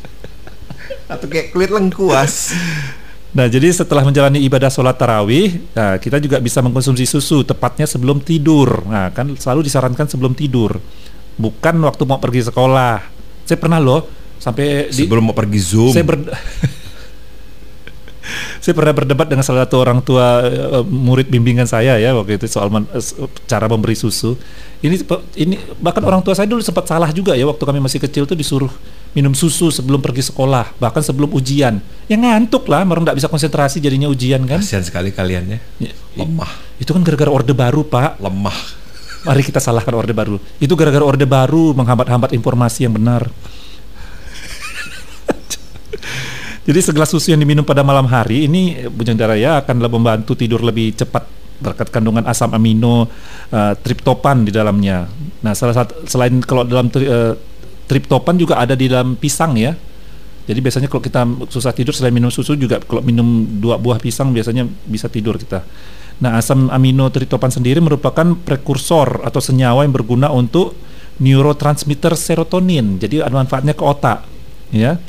Atau kayak kulit lengkuas. Nah, jadi setelah menjalani ibadah sholat tarawih, nah, kita juga bisa mengkonsumsi susu tepatnya sebelum tidur. Nah, kan selalu disarankan sebelum tidur. Bukan waktu mau pergi sekolah. Saya pernah loh sampai sebelum mau pergi Zoom. Saya pernah berdebat dengan salah satu orang tua murid bimbingan saya ya waktu itu soal cara memberi susu. Ini bahkan orang tua saya dulu sempat salah juga ya waktu kami masih kecil tuh disuruh minum susu sebelum pergi sekolah, bahkan sebelum ujian. Ya ngantuk lah, orang nggak bisa konsentrasi jadinya ujian kan. Kasihan sekali kalian ya. Lemah. Itu kan gara-gara Orde Baru, Pak. Lemah. Mari kita salahkan Orde Baru. Itu gara-gara Orde Baru menghambat-hambat informasi yang benar. Jadi segelas susu yang diminum pada malam hari ini Bujang Raya akan membantu tidur lebih cepat berkat kandungan asam amino triptopan di dalamnya. Nah, selain kalau dalam triptopan juga ada di dalam pisang ya. Jadi biasanya kalau kita susah tidur selain minum susu juga kalau minum 2 buah pisang biasanya bisa tidur kita. Nah, asam amino triptopan sendiri merupakan prekursor atau senyawa yang berguna untuk neurotransmitter serotonin. Jadi ada manfaatnya ke otak ya.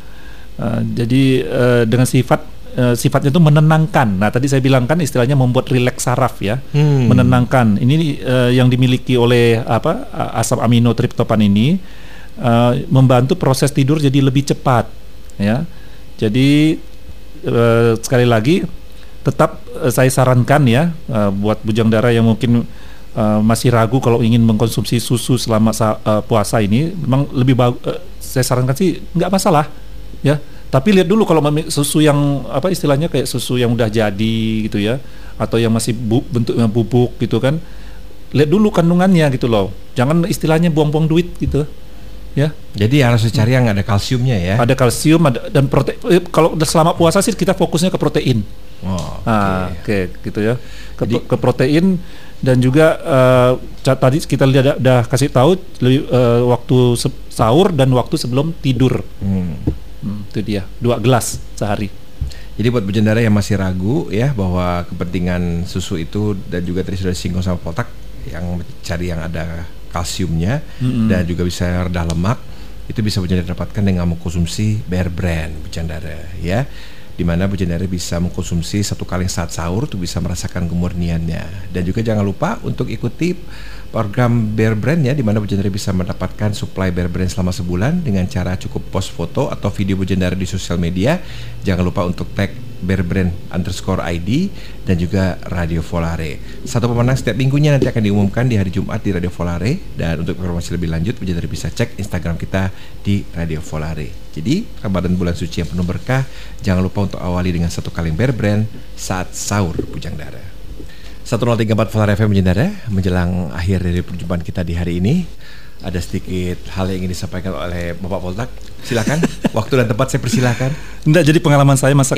Jadi dengan sifatnya itu menenangkan. Nah tadi saya bilang kan istilahnya membuat rileks saraf ya, menenangkan. Ini yang dimiliki oleh asam amino triptopan ini membantu proses tidur jadi lebih cepat ya. Jadi sekali lagi tetap saya sarankan ya buat bujang dara yang mungkin masih ragu kalau ingin mengkonsumsi susu selama puasa ini, memang lebih saya sarankan sih nggak masalah. Ya, tapi lihat dulu kalau susu yang istilahnya kayak susu yang udah jadi gitu ya, atau yang masih bentuknya bubuk gitu kan, lihat dulu kandungannya gitu loh. Jangan istilahnya buang-buang duit gitu, ya. Jadi harus dicari yang ada kalsiumnya ya. Ada kalsium, dan protein. Kalau selama puasa sih kita fokusnya ke protein. Oh, oke, gitu ya. Ke protein dan juga tadi kita lihat udah kasih tahu waktu sahur dan waktu sebelum tidur. Itu dia 2 gelas sehari. Jadi buat bujendara yang masih ragu ya bahwa kepentingan susu itu, dan juga tadi sudah disinggung sama Poltak yang cari yang ada kalsiumnya dan juga bisa rendah lemak, itu bisa bujendara dapatkan dengan mengkonsumsi Bear Brand bujendara ya. Dimana bujendara bisa mengkonsumsi 1 kali saat sahur untuk bisa merasakan kemurniannya. Dan juga jangan lupa untuk ikuti program Bear Brand ya, di mana bujendara bisa mendapatkan suplai Bear Brand selama sebulan dengan cara cukup post foto atau video bujendara di sosial media. Jangan lupa untuk tag bearbrand_id dan juga Radio Volare. 1 pemenang setiap minggunya nanti akan diumumkan di hari Jumat di Radio Volare. Dan untuk informasi lebih lanjut bujendara bisa cek Instagram kita di Radio Volare. Jadi Ramadan bulan suci yang penuh berkah, jangan lupa untuk awali dengan 1 kaleng Bear Brand saat sahur bujang dara. 1034 Volare FM bujang menjelang akhir dari perjumpaan kita di hari ini. Ada sedikit hal yang ingin disampaikan oleh Bapak Poltak. Silakan, waktu dan tempat saya persilakan. Enggak, jadi pengalaman saya masa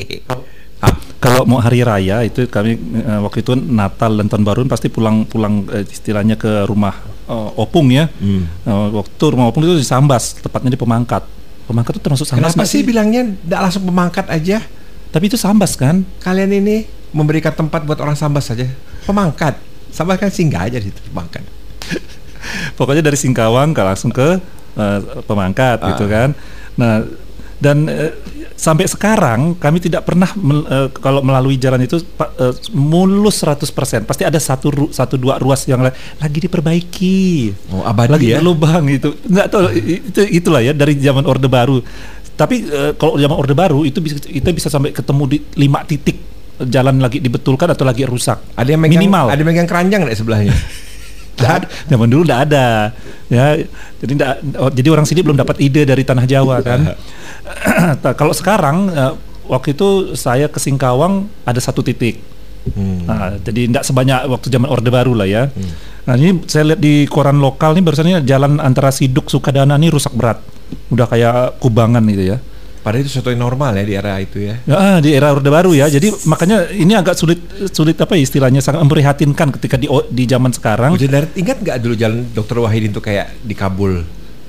kalau mau hari raya itu kami waktu itu Natal dan Tahun Baru pasti pulang istilahnya ke rumah opung ya. Waktu rumah opung itu di Sambas, tepatnya di Pemangkat. Pemangkat itu termasuk Sambas. Kenapa sih bilangnya tidak langsung Pemangkat aja? Tapi itu Sambas kan? Kalian ini memberikan tempat buat orang Sambas saja. Pemangkat. Sambas kan singgah aja di situ Pemangkat. Pokoknya dari Singkawang langsung ke Pemangkat gitu kan. Nah, dan sampai sekarang kami tidak pernah kalau melalui jalan itu mulus 100%. Pasti ada satu dua ruas yang lagi diperbaiki. Oh, abadi lagi ya? lubang itu. Enggak tahu itulah ya dari zaman Orde Baru. Tapi kalau zaman Orde Baru itu bisa sampai ketemu di 5 titik jalan lagi dibetulkan atau lagi rusak. Ada yang megang, minimal. Ada yang megang keranjang enggak sebelahnya? Zaman dulu enggak ada. Ya, jadi orang sini belum dapat ide dari tanah Jawa kan. Kalau sekarang waktu itu saya ke Singkawang ada 1 titik. Nah, jadi tidak sebanyak waktu zaman Orde Baru lah ya. Nah, ini saya lihat di koran lokal nih barusan ini jalan antara Siduk Sukadana nih rusak berat. Udah kayak kubangan gitu ya. Padahal itu sesuatu yang normal ya di era itu ya. Ya, di era Orde Baru ya. Jadi makanya ini agak sulit apa ya istilahnya, sangat memprihatinkan ketika di zaman sekarang. Udah ingat nggak dulu jalan Dr. Wahidin tuh kayak di Kabul?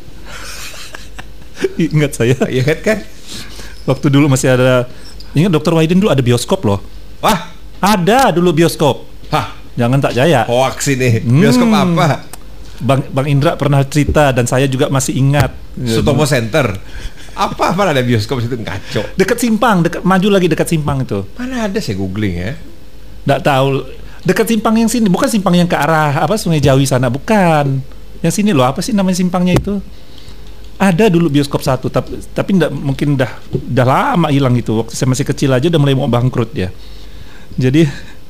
Ingat saya. Ingat kan? Waktu dulu masih ada. Ingat Dr. Wahidin dulu ada bioskop loh. Wah, ada dulu bioskop. hah, Jangan tak jaya. hoax ini. Bioskop apa? Bang Indra pernah cerita dan saya juga masih ingat. Sutomo Center. Apa ada bioskop situ, ngaco. Dekat simpang, maju lagi dekat simpang itu. Mana ada, saya googling ya. Nggak tahu. Dekat simpang yang sini, bukan simpang yang ke arah Sungai Jawi sana, bukan. Yang sini loh, apa sih namanya simpangnya itu? Ada dulu bioskop satu, tapi enggak, mungkin udah lama hilang itu. Waktu saya masih kecil aja udah mulai mau bangkrut ya. Jadi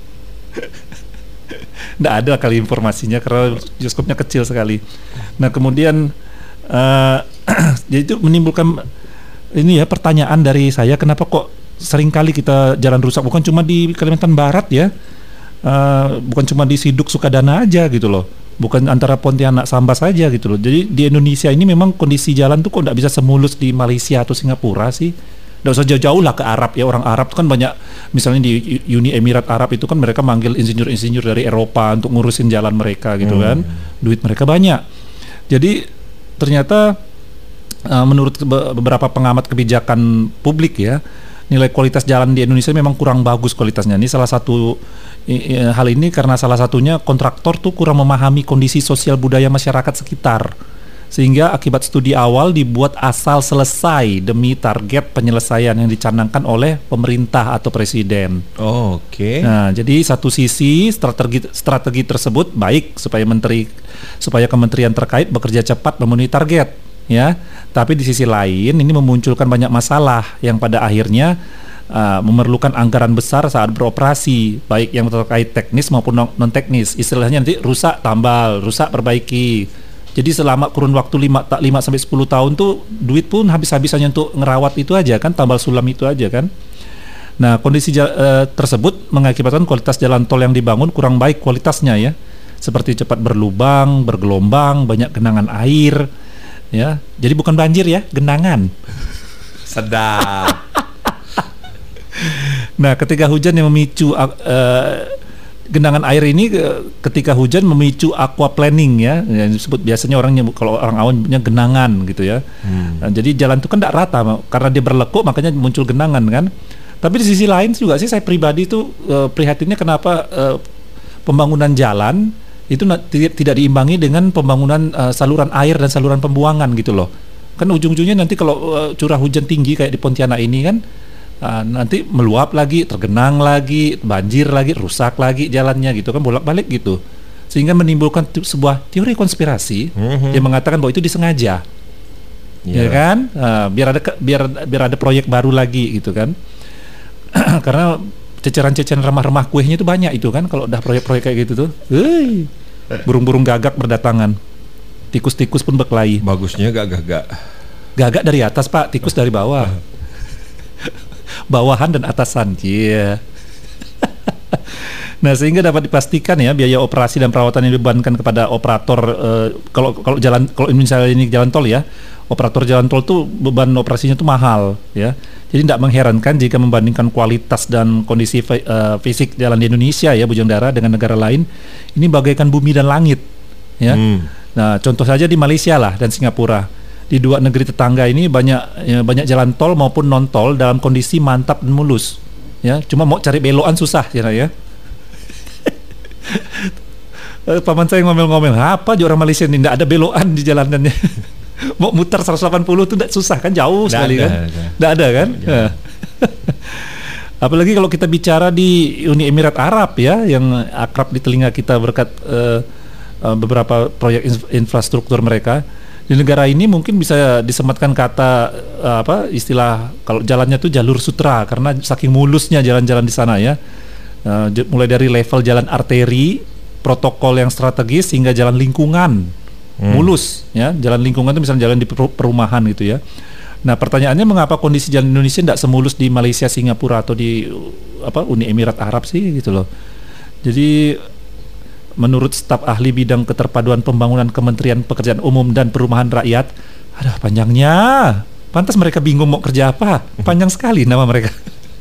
enggak ada kali informasinya karena bioskopnya kecil sekali. Nah kemudian jadi itu menimbulkan ini ya pertanyaan dari saya, kenapa kok sering kali kita jalan rusak, bukan cuma di Kalimantan Barat ya, bukan cuma di Siduk Sukadana aja gitu loh. Bukan antara Pontianak Sambas saja gitu loh. Jadi di Indonesia ini memang kondisi jalan tuh kok nggak bisa semulus di Malaysia atau Singapura sih. Nggak usah jauh-jauh lah ke Arab ya. Orang Arab tuh kan banyak, misalnya di Uni Emirat Arab itu kan mereka manggil insinyur-insinyur dari Eropa untuk ngurusin jalan mereka gitu kan. Duit mereka banyak. Jadi ternyata menurut beberapa pengamat kebijakan publik ya, nilai kualitas jalan di Indonesia memang kurang bagus kualitasnya. Ini salah satu hal ini karena salah satunya kontraktor tuh kurang memahami kondisi sosial budaya masyarakat sekitar, sehingga akibat studi awal dibuat asal selesai demi target penyelesaian yang dicanangkan oleh pemerintah atau presiden. Oke. Nah, jadi satu sisi strategi tersebut baik supaya kementerian terkait bekerja cepat memenuhi target, ya. Tapi di sisi lain ini memunculkan banyak masalah yang pada akhirnya memerlukan anggaran besar saat beroperasi, baik yang terkait teknis maupun non teknis. Istilahnya nanti rusak tambal, rusak perbaiki. Jadi selama kurun waktu 5 sampai 10 tahun tuh duit pun habis-habisannya untuk ngerawat itu aja kan, tambal sulam itu aja kan. Nah, kondisi tersebut mengakibatkan kualitas jalan tol yang dibangun kurang baik kualitasnya ya. Seperti cepat berlubang, bergelombang, banyak genangan air ya. Jadi bukan banjir ya, genangan. Sedap. Nah, ketika hujan yang memicu genangan air ini, ketika hujan memicu aquaplaning ya, yang disebut biasanya kalau orang awam nyebutnya genangan gitu ya. Nah, jadi jalan itu kan tidak rata karena dia berlekuk, makanya muncul genangan kan. Tapi di sisi lain juga sih saya pribadi itu prihatinnya kenapa pembangunan jalan itu tidak diimbangi dengan pembangunan saluran air dan saluran pembuangan gitu loh. Kan ujung-ujungnya nanti kalau curah hujan tinggi kayak di Pontianak ini kan, nanti meluap lagi, tergenang lagi, banjir lagi, rusak lagi jalannya gitu kan, bolak-balik gitu. Sehingga menimbulkan sebuah teori konspirasi yang mengatakan bahwa itu disengaja. Ya kan? Biar ada proyek baru lagi gitu kan. Karena ceceran-ceceran remah-remah kuehnya itu banyak itu kan kalau udah proyek-proyek kayak gitu tuh. Burung-burung gagak berdatangan. Tikus-tikus pun berkelahi. Bagusnya gagak. Gagak dari atas, Pak, tikus dari bawah. Bawahan dan atasan. Iya. Nah, sehingga dapat dipastikan ya biaya operasi dan perawatan yang dibebankan kepada operator kalau misalnya ini jalan tol ya, operator jalan tol tuh beban operasinya tuh mahal ya. Jadi tidak mengherankan jika membandingkan kualitas dan kondisi fisik jalan di Indonesia ya, Bujang Dara, dengan negara lain, ini bagaikan bumi dan langit ya. Nah, contoh saja di Malaysia lah dan Singapura. Di dua negeri tetangga ini banyak jalan tol maupun non tol dalam kondisi mantap dan mulus ya. Cuma mau cari belokan susah ya. Paman saya ngomel-ngomel, apa aja orang Malaysia ini tidak ada belokan di jalanannya. Mau muter 180 itu tidak susah kan, jauh sekali kan. Tidak ada kan. Apalagi kalau kita bicara di Uni Emirat Arab ya, yang akrab di telinga kita berkat beberapa proyek infrastruktur mereka. Di negara ini mungkin bisa disematkan kata istilah kalau jalannya tuh jalur sutra karena saking mulusnya jalan-jalan di sana ya. Mulai dari level jalan arteri, protokol yang strategis hingga jalan lingkungan mulus ya. Jalan lingkungan itu misalnya jalan di perumahan gitu ya. Nah, pertanyaannya mengapa kondisi jalan Indonesia tidak semulus di Malaysia, Singapura atau di Uni Emirat Arab sih gitu loh. Jadi menurut staf ahli bidang keterpaduan pembangunan Kementerian Pekerjaan Umum dan Perumahan Rakyat, aduh panjangnya, pantas mereka bingung mau kerja apa, panjang sekali nama mereka.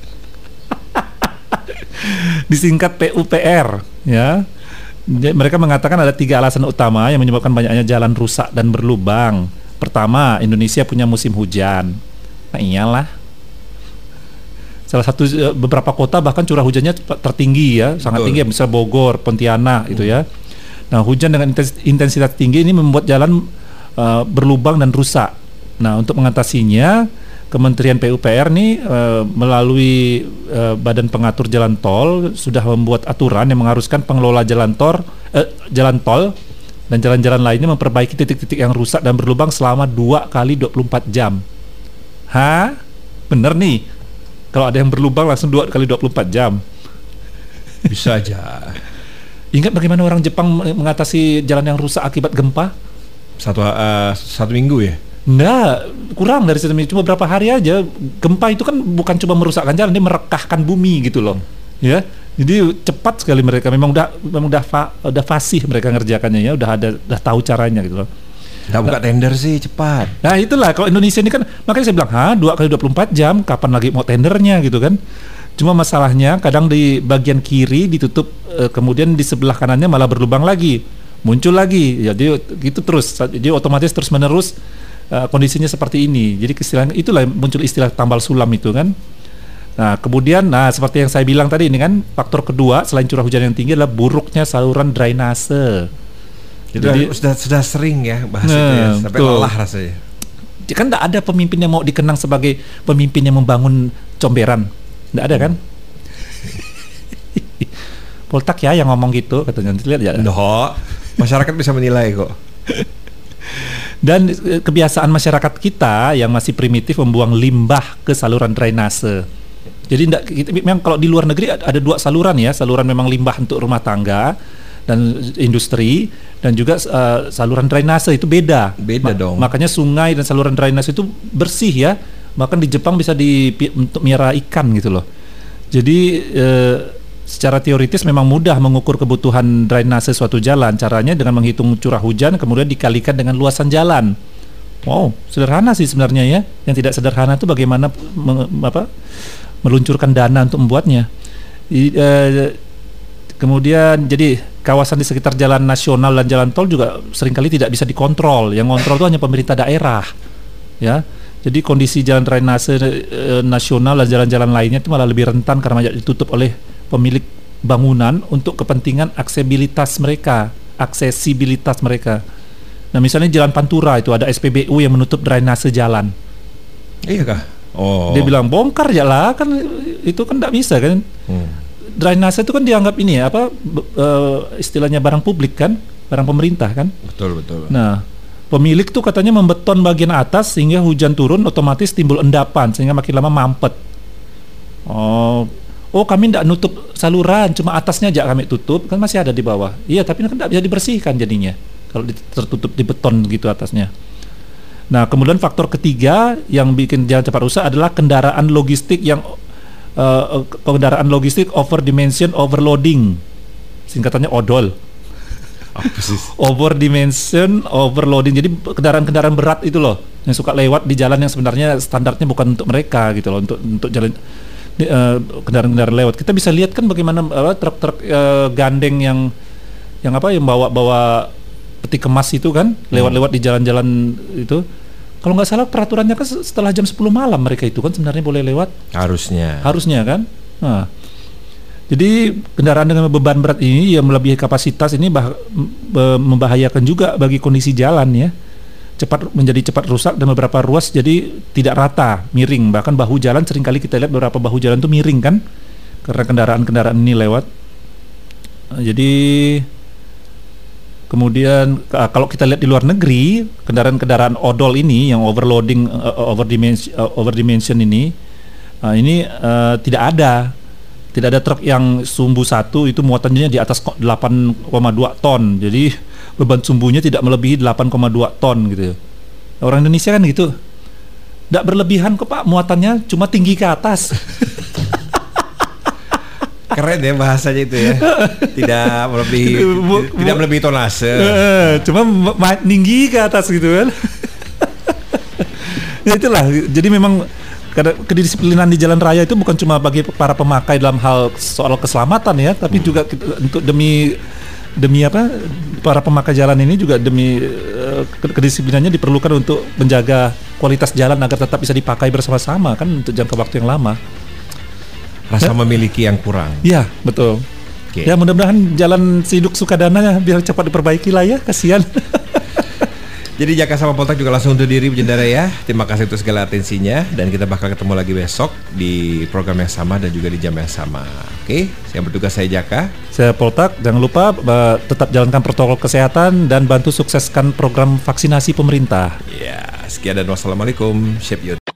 Disingkat PUPR ya. Mereka mengatakan ada 3 alasan utama yang menyebabkan banyaknya jalan rusak dan berlubang. Pertama, Indonesia punya musim hujan. Nah iyalah. Salah satu beberapa kota bahkan curah hujannya tertinggi ya, sangat tinggi, misalnya Bogor, Pontianak itu ya. Nah, hujan dengan intensitas tinggi ini membuat jalan berlubang dan rusak. Nah, untuk mengatasinya, Kementerian PUPR nih melalui Badan Pengatur Jalan Tol sudah membuat aturan yang mengharuskan pengelola jalan tol Dan jalan-jalan lainnya memperbaiki titik-titik yang rusak dan berlubang selama 2 kali 24 jam. Hah? Bener nih. Kalau ada yang berlubang langsung 2 kali 24 jam. Bisa aja. Ingat bagaimana orang Jepang mengatasi jalan yang rusak akibat gempa? Satu minggu ya? Nggak, kurang dari satu minggu. Cuma berapa hari aja. Gempa itu kan bukan cuma merusakkan jalan, dia merekahkan bumi gitu loh. Ya, jadi cepat sekali mereka. Memang udah fasih mereka ngerjakannya ya. Udah tahu caranya gitu loh. Nggak buka tender sih cepat. Nah itulah kalau Indonesia ini kan, makanya saya bilang 2 kali 24 jam, kapan lagi mau tendernya gitu kan. Cuma masalahnya kadang di bagian kiri ditutup, kemudian di sebelah kanannya malah berlubang lagi, muncul lagi, jadi gitu terus. Jadi otomatis terus menerus kondisinya seperti ini. Jadi istilahnya itulah muncul istilah tambal sulam itu kan. Nah kemudian, seperti yang saya bilang tadi ini kan, faktor kedua selain curah hujan yang tinggi adalah buruknya saluran drainase. Jadi sudah sering ya bahas itu ya, sampai lelah rasanya. Kan tidak ada pemimpin yang mau dikenang sebagai pemimpin yang membangun comberan, tidak ada kan? Poltak ya yang ngomong gitu katanya, nanti lihat ya. Noh, masyarakat bisa menilai kok. Dan kebiasaan masyarakat kita yang masih primitif membuang limbah ke saluran drainase. Jadi memang kalau di luar negeri ada 2 saluran ya, saluran memang limbah untuk rumah tangga dan industri, dan juga saluran drainase itu beda dong. Makanya sungai dan saluran drainase itu bersih ya. Bahkan di Jepang bisa untuk miara ikan gitu loh. Jadi secara teoritis memang mudah mengukur kebutuhan drainase suatu jalan. Caranya dengan menghitung curah hujan kemudian dikalikan dengan luasan jalan. Wow, sederhana sih sebenarnya ya. Yang tidak sederhana itu bagaimana meluncurkan dana untuk membuatnya. Kemudian jadi kawasan di sekitar jalan nasional dan jalan tol juga seringkali tidak bisa dikontrol. Yang kontrol itu hanya pemerintah daerah, ya. Jadi kondisi jalan drainase nasional dan jalan-jalan lainnya itu malah lebih rentan karena ditutup oleh pemilik bangunan untuk kepentingan aksesibilitas mereka. Nah misalnya jalan Pantura itu ada SPBU yang menutup drainase jalan. Iya kah? Oh. Dia bilang bongkar ya lah, kan itu kan tidak bisa kan. Drainase itu kan dianggap ini ya istilahnya barang publik kan, barang pemerintah kan. Betul. Nah, pemilik tuh katanya membeton bagian atas sehingga hujan turun otomatis timbul endapan sehingga makin lama mampet. Oh kami tidak nutup saluran, cuma atasnya aja kami tutup, kan masih ada di bawah. Iya, tapi kan tidak bisa dibersihkan jadinya kalau tertutup di beton gitu atasnya. Nah, kemudian faktor ketiga yang bikin jalan cepat rusak adalah kendaraan logistik over dimension overloading, singkatannya ODOL. Apa sih? Over dimension overloading. Jadi kendaraan-kendaraan berat itu loh yang suka lewat di jalan yang sebenarnya standarnya bukan untuk mereka gitu loh, untuk jalan kendaraan-kendaraan lewat. Kita bisa lihat kan bagaimana truk-truk gandeng yang bawa peti kemas itu kan lewat-lewat di jalan-jalan itu. Kalau nggak salah peraturannya kan setelah jam 10 malam mereka itu kan sebenarnya boleh lewat. Harusnya kan. Nah, jadi kendaraan dengan beban berat ini yang melebihi kapasitas ini membahayakan juga bagi kondisi jalan ya. Menjadi cepat rusak dan beberapa ruas jadi tidak rata, miring. Bahkan bahu jalan seringkali kita lihat beberapa bahu jalan itu miring kan karena kendaraan-kendaraan ini lewat. Jadi kemudian kalau kita lihat di luar negeri, kendaraan-kendaraan odol ini yang overloading, over dimension ini tidak ada truk yang sumbu satu itu muatannya di atas 8,2 ton. Jadi beban sumbunya tidak melebihi 8,2 ton gitu. Orang Indonesia kan gitu, tidak berlebihan kok Pak, muatannya cuma tinggi ke atas. Keren ya bahasanya itu ya. Tidak melebihi tonase. Cuma tinggi ke atas gitu kan. Ya itulah. Jadi memang kedisiplinan di jalan raya itu bukan cuma bagi para pemakai dalam hal soal keselamatan ya, tapi juga untuk demi para pemakai jalan ini juga demi kedisiplinannya diperlukan untuk menjaga kualitas jalan agar tetap bisa dipakai bersama-sama kan untuk jangka waktu yang lama. Rasa memiliki yang kurang. Iya, betul. Okay. Ya mudah-mudahan jalan Siduk Sukadana biar cepat diperbaiki lah ya, kasihan. Jadi Jaka sama Poltak juga langsung undur diri Bujendara ya. Terima kasih untuk segala atensinya dan kita bakal ketemu lagi besok di program yang sama dan juga di jam yang sama. Oke, yang bertugas saya Jaka. Saya Poltak. Jangan lupa tetap jalankan protokol kesehatan dan bantu sukseskan program vaksinasi pemerintah. Ya, sekian dan wassalamualaikum. Shape you.